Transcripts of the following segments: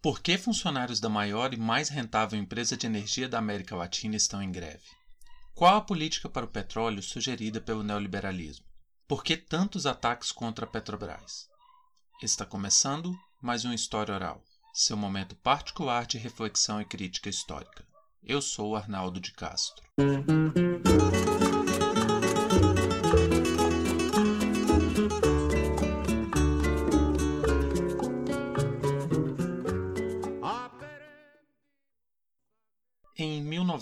Por que funcionários da maior e mais rentável empresa de energia da América Latina estão em greve? Qual a política para o petróleo sugerida pelo neoliberalismo? Por que tantos ataques contra a Petrobras? Está começando mais um História Oral, seu momento particular de reflexão e crítica histórica. Eu sou Arnaldo de Castro. Em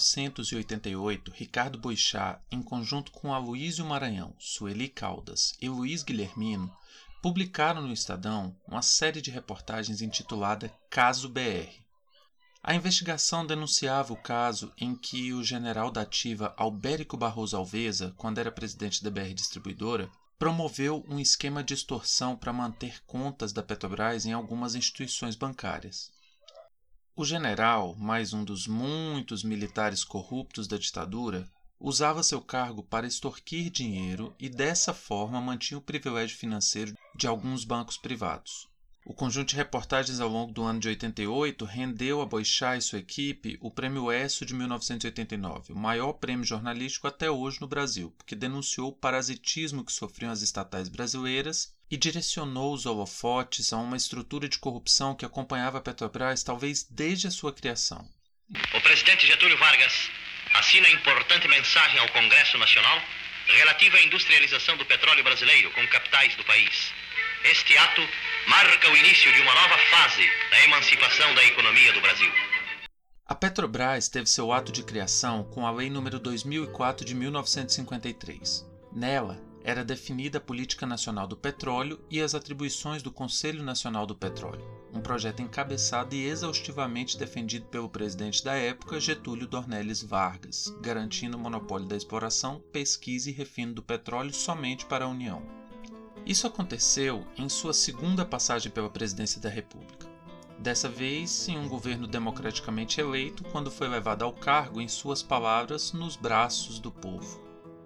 1988, Ricardo Boixá, em conjunto com Aloysio Maranhão, Sueli Caldas e Luiz Guilhermino, publicaram no Estadão uma série de reportagens intitulada Caso BR. A investigação denunciava o caso em que o general da ativa Albérico Barroso Alveza, quando era presidente da BR Distribuidora, promoveu um esquema de extorsão para manter contas da Petrobras em algumas instituições bancárias. O general, mais um dos muitos militares corruptos da ditadura, usava seu cargo para extorquir dinheiro e dessa forma mantinha o privilégio financeiro de alguns bancos privados. O conjunto de reportagens ao longo do ano de 88 rendeu a Boixá e sua equipe o Prêmio ESSO de 1989, o maior prêmio jornalístico até hoje no Brasil, porque denunciou o parasitismo que sofriam as estatais brasileiras e direcionou os holofotes a uma estrutura de corrupção que acompanhava a Petrobras talvez desde a sua criação. O presidente Getúlio Vargas assina importante mensagem ao Congresso Nacional relativa à industrialização do petróleo brasileiro com capitais do país. Este ato marca o início de uma nova fase da emancipação da economia do Brasil. A Petrobras teve seu ato de criação com a Lei nº 2004 de 1953. Nela, era definida a Política Nacional do Petróleo e as atribuições do Conselho Nacional do Petróleo, um projeto encabeçado e exaustivamente defendido pelo presidente da época, Getúlio Dornelles Vargas, garantindo o monopólio da exploração, pesquisa e refino do petróleo somente para a União. Isso aconteceu em sua segunda passagem pela presidência da República. Dessa vez, em um governo democraticamente eleito, quando foi levado ao cargo, em suas palavras, nos braços do povo.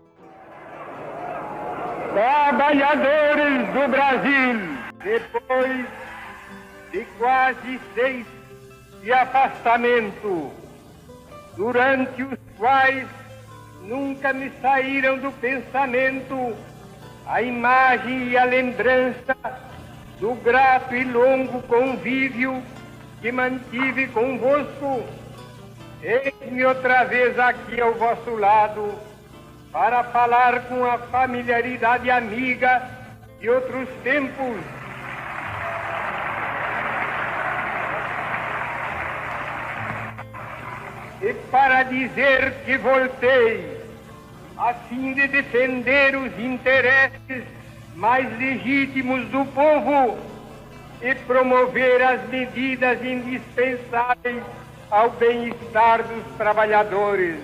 Trabalhadores do Brasil, depois de quase 6 de afastamento, durante os quais nunca me saíram do pensamento a imagem e a lembrança do grato e longo convívio que mantive convosco, eis-me outra vez aqui ao vosso lado, para falar com a familiaridade amiga de outros tempos. E para dizer que voltei, a fim de defender os interesses mais legítimos do povo e promover as medidas indispensáveis ao bem-estar dos trabalhadores.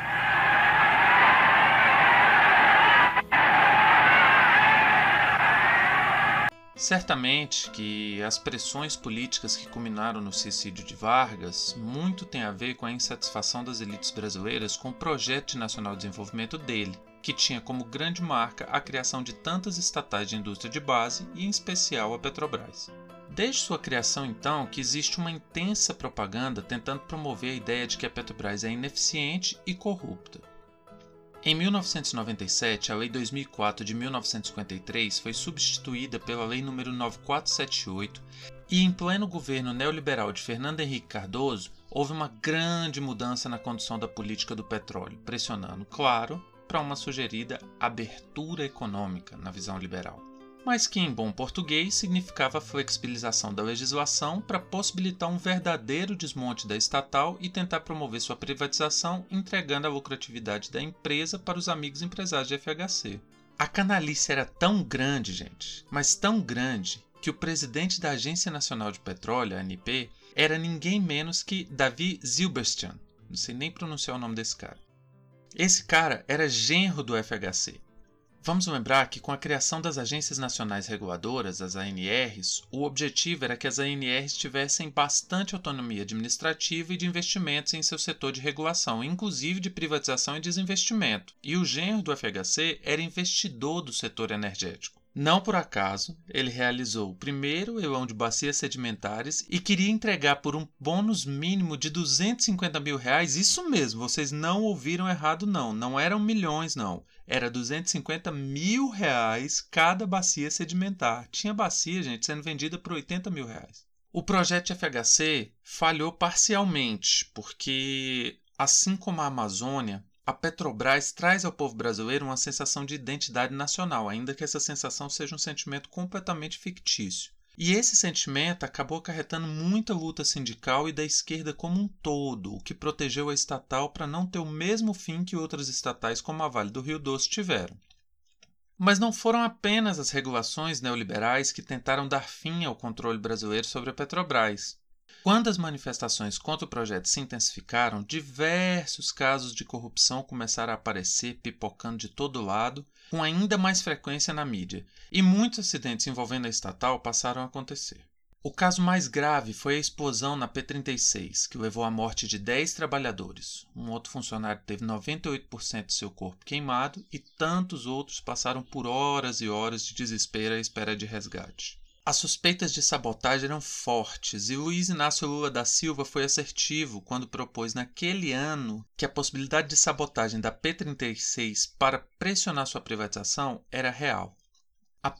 Certamente que as pressões políticas que culminaram no suicídio de Vargas muito têm a ver com a insatisfação das elites brasileiras com o projeto de nacional desenvolvimento dele, que tinha como grande marca a criação de tantas estatais de indústria de base e, em especial, a Petrobras. Desde sua criação, então, que existe uma intensa propaganda tentando promover a ideia de que a Petrobras é ineficiente e corrupta. Em 1997, a Lei 2004 de 1953 foi substituída pela Lei nº 9478 e, em pleno governo neoliberal de Fernando Henrique Cardoso, houve uma grande mudança na condução da política do petróleo, pressionando, claro, para uma sugerida abertura econômica na visão liberal, mas que, em bom português, significava a flexibilização da legislação para possibilitar um verdadeiro desmonte da estatal e tentar promover sua privatização, entregando a lucratividade da empresa para os amigos empresários de FHC. A canalice era tão grande, gente, mas tão grande, que o presidente da Agência Nacional de Petróleo, a ANP, era ninguém menos que Davi Zilberstein. Não sei nem pronunciar o nome desse cara. Esse cara era genro do FHC. Vamos lembrar que com a criação das Agências Nacionais Reguladoras, as ANRs, o objetivo era que as ANRs tivessem bastante autonomia administrativa e de investimentos em seu setor de regulação, inclusive de privatização e desinvestimento. E o genro do FHC era investidor do setor energético. Não por acaso, ele realizou o primeiro leilão de bacias sedimentares e queria entregar por um bônus mínimo de R$250 mil. Isso mesmo, vocês não ouviram errado não. Não eram milhões não. Era R$250 mil cada bacia sedimentar. Tinha bacia, gente, sendo vendida por R$80 mil. O projeto de FHC falhou parcialmente, porque, assim como a Amazônia, a Petrobras traz ao povo brasileiro uma sensação de identidade nacional, ainda que essa sensação seja um sentimento completamente fictício. E esse sentimento acabou acarretando muita luta sindical e da esquerda como um todo, o que protegeu a estatal para não ter o mesmo fim que outras estatais como a Vale do Rio Doce tiveram. Mas não foram apenas as regulações neoliberais que tentaram dar fim ao controle brasileiro sobre a Petrobras. Quando as manifestações contra o projeto se intensificaram, diversos casos de corrupção começaram a aparecer pipocando de todo lado, com ainda mais frequência na mídia, e muitos acidentes envolvendo a estatal passaram a acontecer. O caso mais grave foi a explosão na P-36, que levou à morte de 10 trabalhadores. Um outro funcionário teve 98% de seu corpo queimado e tantos outros passaram por horas e horas de desespero à espera de resgate. As suspeitas de sabotagem eram fortes e Luiz Inácio Lula da Silva foi assertivo quando propôs naquele ano que a possibilidade de sabotagem da P-36 para pressionar sua privatização era real. A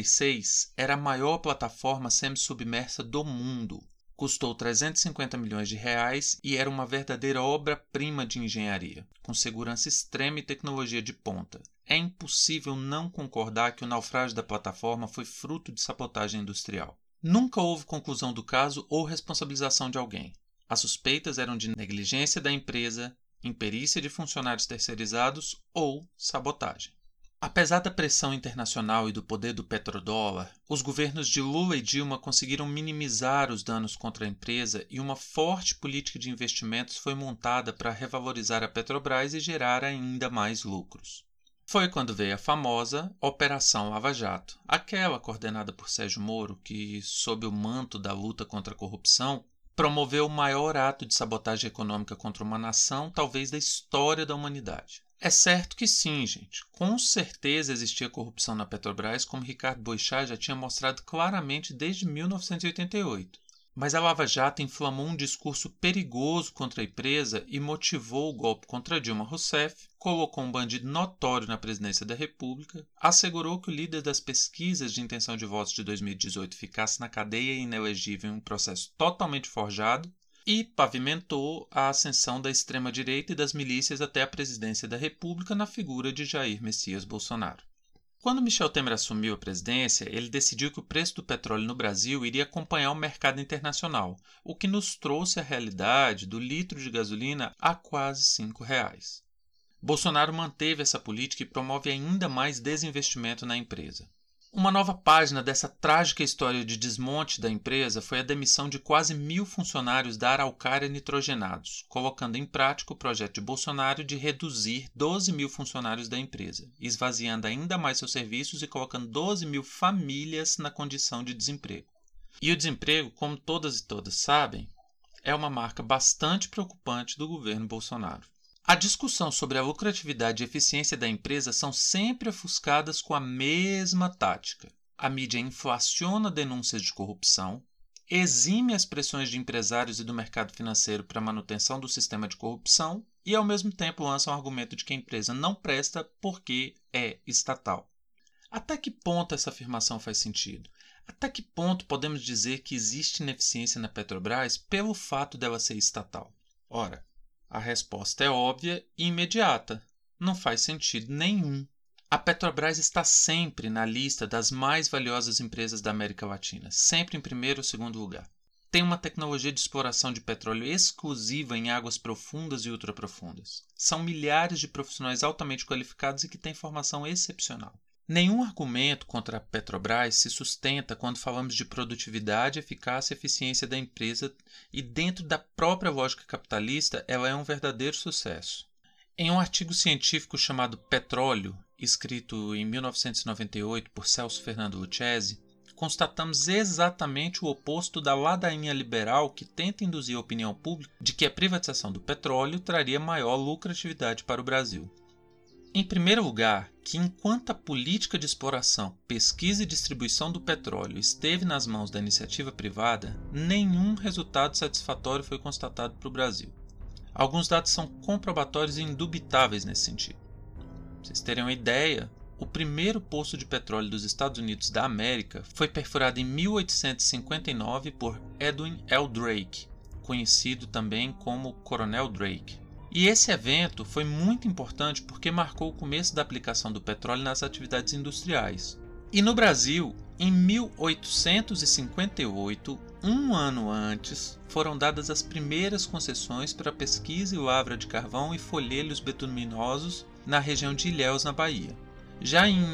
P-36 era a maior plataforma semi-submersa do mundo. Custou R$350 milhões e era uma verdadeira obra-prima de engenharia, com segurança extrema e tecnologia de ponta. É impossível não concordar que o naufrágio da plataforma foi fruto de sabotagem industrial. Nunca houve conclusão do caso ou responsabilização de alguém. As suspeitas eram de negligência da empresa, imperícia de funcionários terceirizados ou sabotagem. Apesar da pressão internacional e do poder do petrodólar, os governos de Lula e Dilma conseguiram minimizar os danos contra a empresa e uma forte política de investimentos foi montada para revalorizar a Petrobras e gerar ainda mais lucros. Foi quando veio a famosa Operação Lava Jato, aquela coordenada por Sérgio Moro que, sob o manto da luta contra a corrupção, promoveu o maior ato de sabotagem econômica contra uma nação, talvez da história da humanidade. É certo que sim, gente. Com certeza existia corrupção na Petrobras, como Ricardo Boechat já tinha mostrado claramente desde 1988. Mas a Lava Jato inflamou um discurso perigoso contra a empresa e motivou o golpe contra Dilma Rousseff, colocou um bandido notório na presidência da República, assegurou que o líder das pesquisas de intenção de votos de 2018 ficasse na cadeia inelegível em um processo totalmente forjado, e pavimentou a ascensão da extrema-direita e das milícias até a presidência da República na figura de Jair Messias Bolsonaro. Quando Michel Temer assumiu a presidência, ele decidiu que o preço do petróleo no Brasil iria acompanhar o mercado internacional, o que nos trouxe a realidade do litro de gasolina a quase R$5. Bolsonaro manteve essa política e promove ainda mais desinvestimento na empresa. Uma nova página dessa trágica história de desmonte da empresa foi a demissão de quase 1.000 funcionários da Araucária Nitrogenados, colocando em prática o projeto de Bolsonaro de reduzir 12.000 funcionários da empresa, esvaziando ainda mais seus serviços e colocando 12.000 famílias na condição de desemprego. E o desemprego, como todas e todas sabem, é uma marca bastante preocupante do governo Bolsonaro. A discussão sobre a lucratividade e eficiência da empresa são sempre ofuscadas com a mesma tática. A mídia inflaciona denúncias de corrupção, exime as pressões de empresários e do mercado financeiro para a manutenção do sistema de corrupção e, ao mesmo tempo, lança um argumento de que a empresa não presta porque é estatal. Até que ponto essa afirmação faz sentido? Até que ponto podemos dizer que existe ineficiência na Petrobras pelo fato dela ser estatal? Ora, a resposta é óbvia e imediata. Não faz sentido nenhum. A Petrobras está sempre na lista das mais valiosas empresas da América Latina, sempre em primeiro ou segundo lugar. Tem uma tecnologia de exploração de petróleo exclusiva em águas profundas e ultraprofundas. São milhares de profissionais altamente qualificados e que têm formação excepcional. Nenhum argumento contra a Petrobras se sustenta quando falamos de produtividade, eficácia e eficiência da empresa e dentro da própria lógica capitalista ela é um verdadeiro sucesso. Em um artigo científico chamado Petróleo, escrito em 1998 por Celso Fernando Lucchesi, constatamos exatamente o oposto da ladainha liberal que tenta induzir a opinião pública de que a privatização do petróleo traria maior lucratividade para o Brasil. Em primeiro lugar, que enquanto a política de exploração, pesquisa e distribuição do petróleo esteve nas mãos da iniciativa privada, nenhum resultado satisfatório foi constatado para o Brasil. Alguns dados são comprobatórios e indubitáveis nesse sentido. Para vocês terem uma ideia, o primeiro poço de petróleo dos Estados Unidos da América foi perfurado em 1859 por Edwin L. Drake, conhecido também como Coronel Drake. E esse evento foi muito importante porque marcou o começo da aplicação do petróleo nas atividades industriais. E no Brasil, em 1858, um ano antes, foram dadas as primeiras concessões para pesquisa e lavra de carvão e folheiros betuminosos na região de Ilhéus, na Bahia. Já em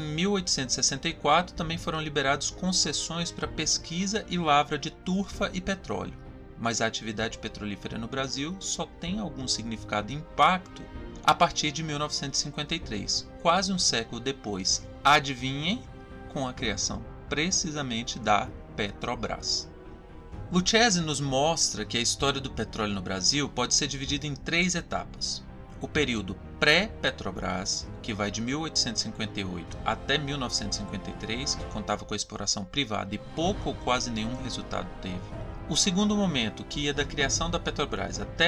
1864, também foram liberadas concessões para pesquisa e lavra de turfa e petróleo. Mas a atividade petrolífera no Brasil só tem algum significado e impacto a partir de 1953, quase um século depois. Adivinhem, com a criação precisamente da Petrobras. Lucchesi nos mostra que a história do petróleo no Brasil pode ser dividida em 3 etapas. O período pré-Petrobras, que vai de 1858 até 1953, que contava com a exploração privada e pouco ou quase nenhum resultado teve. O segundo momento, que ia da criação da Petrobras até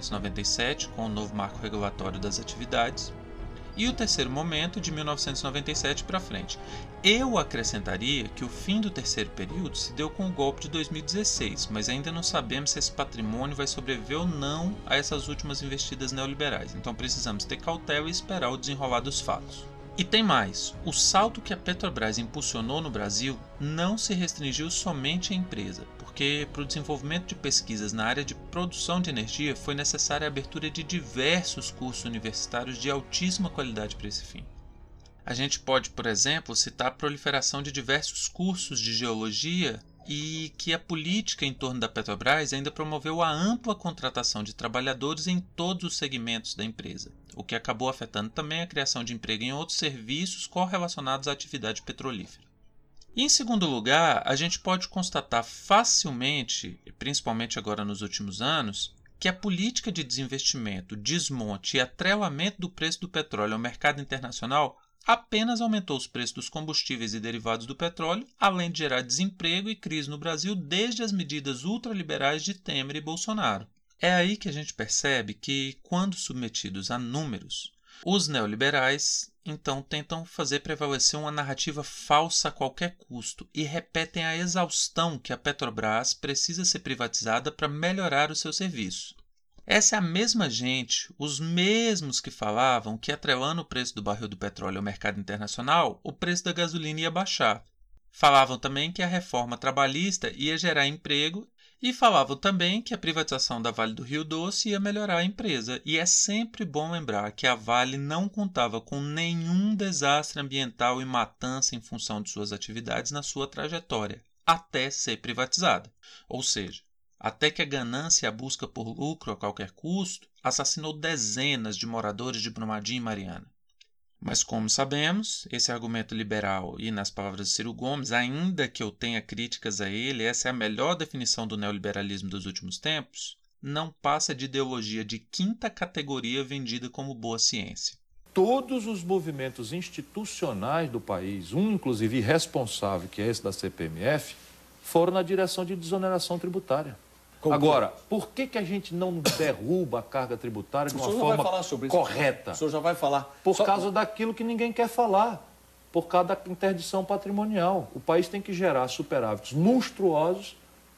1997, com o novo marco regulatório das atividades. E o terceiro momento, de 1997 para frente. Eu acrescentaria que o fim do terceiro período se deu com o golpe de 2016, mas ainda não sabemos se esse patrimônio vai sobreviver ou não a essas últimas investidas neoliberais. Então precisamos ter cautela e esperar o desenrolar dos fatos. E tem mais, o salto que a Petrobras impulsionou no Brasil não se restringiu somente à empresa, porque para o desenvolvimento de pesquisas na área de produção de energia foi necessária a abertura de diversos cursos universitários de altíssima qualidade para esse fim. A gente pode, por exemplo, citar a proliferação de diversos cursos de geologia e que a política em torno da Petrobras ainda promoveu a ampla contratação de trabalhadores em todos os segmentos da empresa, o que acabou afetando também a criação de emprego em outros serviços correlacionados à atividade petrolífera. E em segundo lugar, a gente pode constatar facilmente, principalmente agora nos últimos anos, que a política de desinvestimento, desmonte e atrelamento do preço do petróleo ao mercado internacional apenas aumentou os preços dos combustíveis e derivados do petróleo, além de gerar desemprego e crise no Brasil desde as medidas ultraliberais de Temer e Bolsonaro. É aí que a gente percebe que, quando submetidos a números, os neoliberais então tentam fazer prevalecer uma narrativa falsa a qualquer custo e repetem a exaustão que a Petrobras precisa ser privatizada para melhorar o seu serviço. Essa é a mesma gente, os mesmos que falavam que, atrelando o preço do barril do petróleo ao mercado internacional, o preço da gasolina ia baixar. Falavam também que a reforma trabalhista ia gerar emprego e falavam também que a privatização da Vale do Rio Doce ia melhorar a empresa. E é sempre bom lembrar que a Vale não contava com nenhum desastre ambiental e matança em função de suas atividades na sua trajetória, até ser privatizada. Ou seja, até que a ganância e a busca por lucro a qualquer custo assassinou dezenas de moradores de Brumadinho e Mariana. Mas como sabemos, esse argumento liberal e, nas palavras de Ciro Gomes, ainda que eu tenha críticas a ele, essa é a melhor definição do neoliberalismo dos últimos tempos, não passa de ideologia de quinta categoria vendida como boa ciência. Todos os movimentos institucionais do país, um inclusive irresponsável, que é esse da CPMF, foram na direção de desoneração tributária. Agora, por que a gente não derruba a carga tributária de uma forma correta? O senhor já vai falar. Por causa daquilo que ninguém quer falar, por causa da interdição patrimonial. O país tem que gerar superávites monstruosos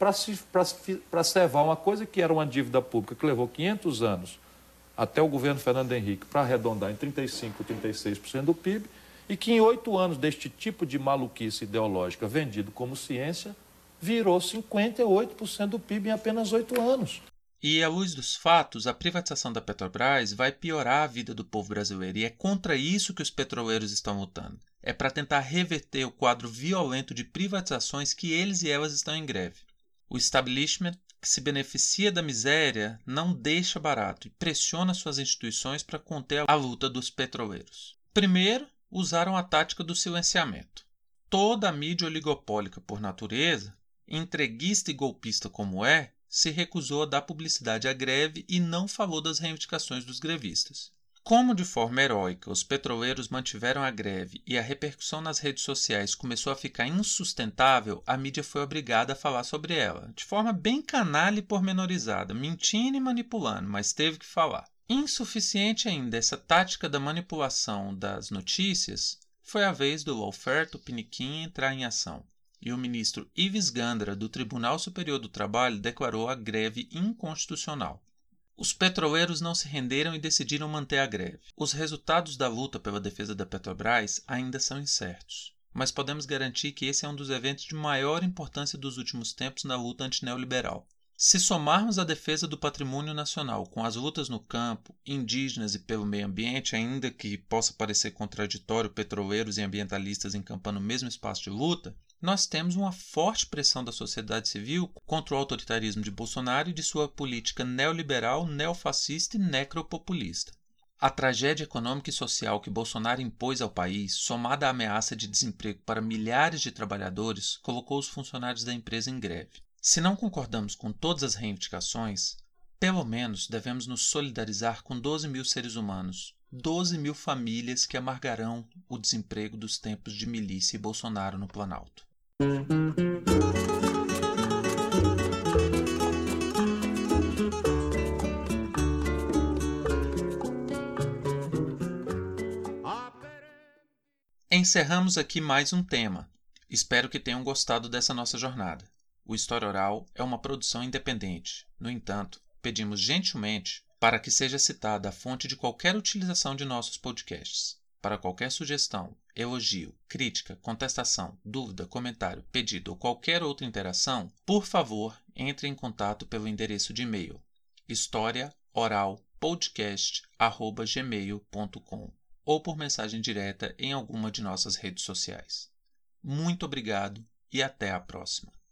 para servar uma coisa que era uma dívida pública que levou 500 anos até o governo Fernando Henrique para arredondar em 35%, 36% do PIB e que em 8 anos deste tipo de maluquice ideológica vendido como ciência, virou 58% do PIB em apenas 8 anos. E, à luz dos fatos, a privatização da Petrobras vai piorar a vida do povo brasileiro. E é contra isso que os petroleiros estão lutando. É para tentar reverter o quadro violento de privatizações que eles e elas estão em greve. O establishment, que se beneficia da miséria, não deixa barato e pressiona suas instituições para conter a luta dos petroleiros. Primeiro, usaram a tática do silenciamento. Toda a mídia oligopólica por natureza, entreguista e golpista como se recusou a dar publicidade à greve e não falou das reivindicações dos grevistas. Como de forma heróica os petroleiros mantiveram a greve e a repercussão nas redes sociais começou a ficar insustentável, a mídia foi obrigada a falar sobre ela, de forma bem canalha e pormenorizada, mentindo e manipulando, mas teve que falar. Insuficiente ainda essa tática da manipulação das notícias, foi a vez do lawfare Tupiniquim entrar em ação, e o ministro Ives Gandra, do Tribunal Superior do Trabalho, declarou a greve inconstitucional. Os petroleiros não se renderam e decidiram manter a greve. Os resultados da luta pela defesa da Petrobras ainda são incertos, mas podemos garantir que esse é um dos eventos de maior importância dos últimos tempos na luta antineoliberal. Se somarmos a defesa do patrimônio nacional com as lutas no campo, indígenas e pelo meio ambiente, ainda que possa parecer contraditório petroleiros e ambientalistas encampando o mesmo espaço de luta, nós temos uma forte pressão da sociedade civil contra o autoritarismo de Bolsonaro e de sua política neoliberal, neofascista e necropopulista. A tragédia econômica e social que Bolsonaro impôs ao país, somada à ameaça de desemprego para milhares de trabalhadores, colocou os funcionários da empresa em greve. Se não concordamos com todas as reivindicações, pelo menos devemos nos solidarizar com 12 mil seres humanos, 12 mil famílias que amargarão o desemprego dos tempos de milícia e Bolsonaro no Planalto. Encerramos aqui mais um tema. Espero que tenham gostado dessa nossa jornada. O História Oral é uma produção independente. No entanto, pedimos gentilmente para que seja citada a fonte de qualquer utilização de nossos podcasts. Para qualquer sugestão, elogio, crítica, contestação, dúvida, comentário, pedido ou qualquer outra interação, por favor, entre em contato pelo endereço de e-mail historiaoralpodcast@gmail.com ou por mensagem direta em alguma de nossas redes sociais. Muito obrigado e até a próxima.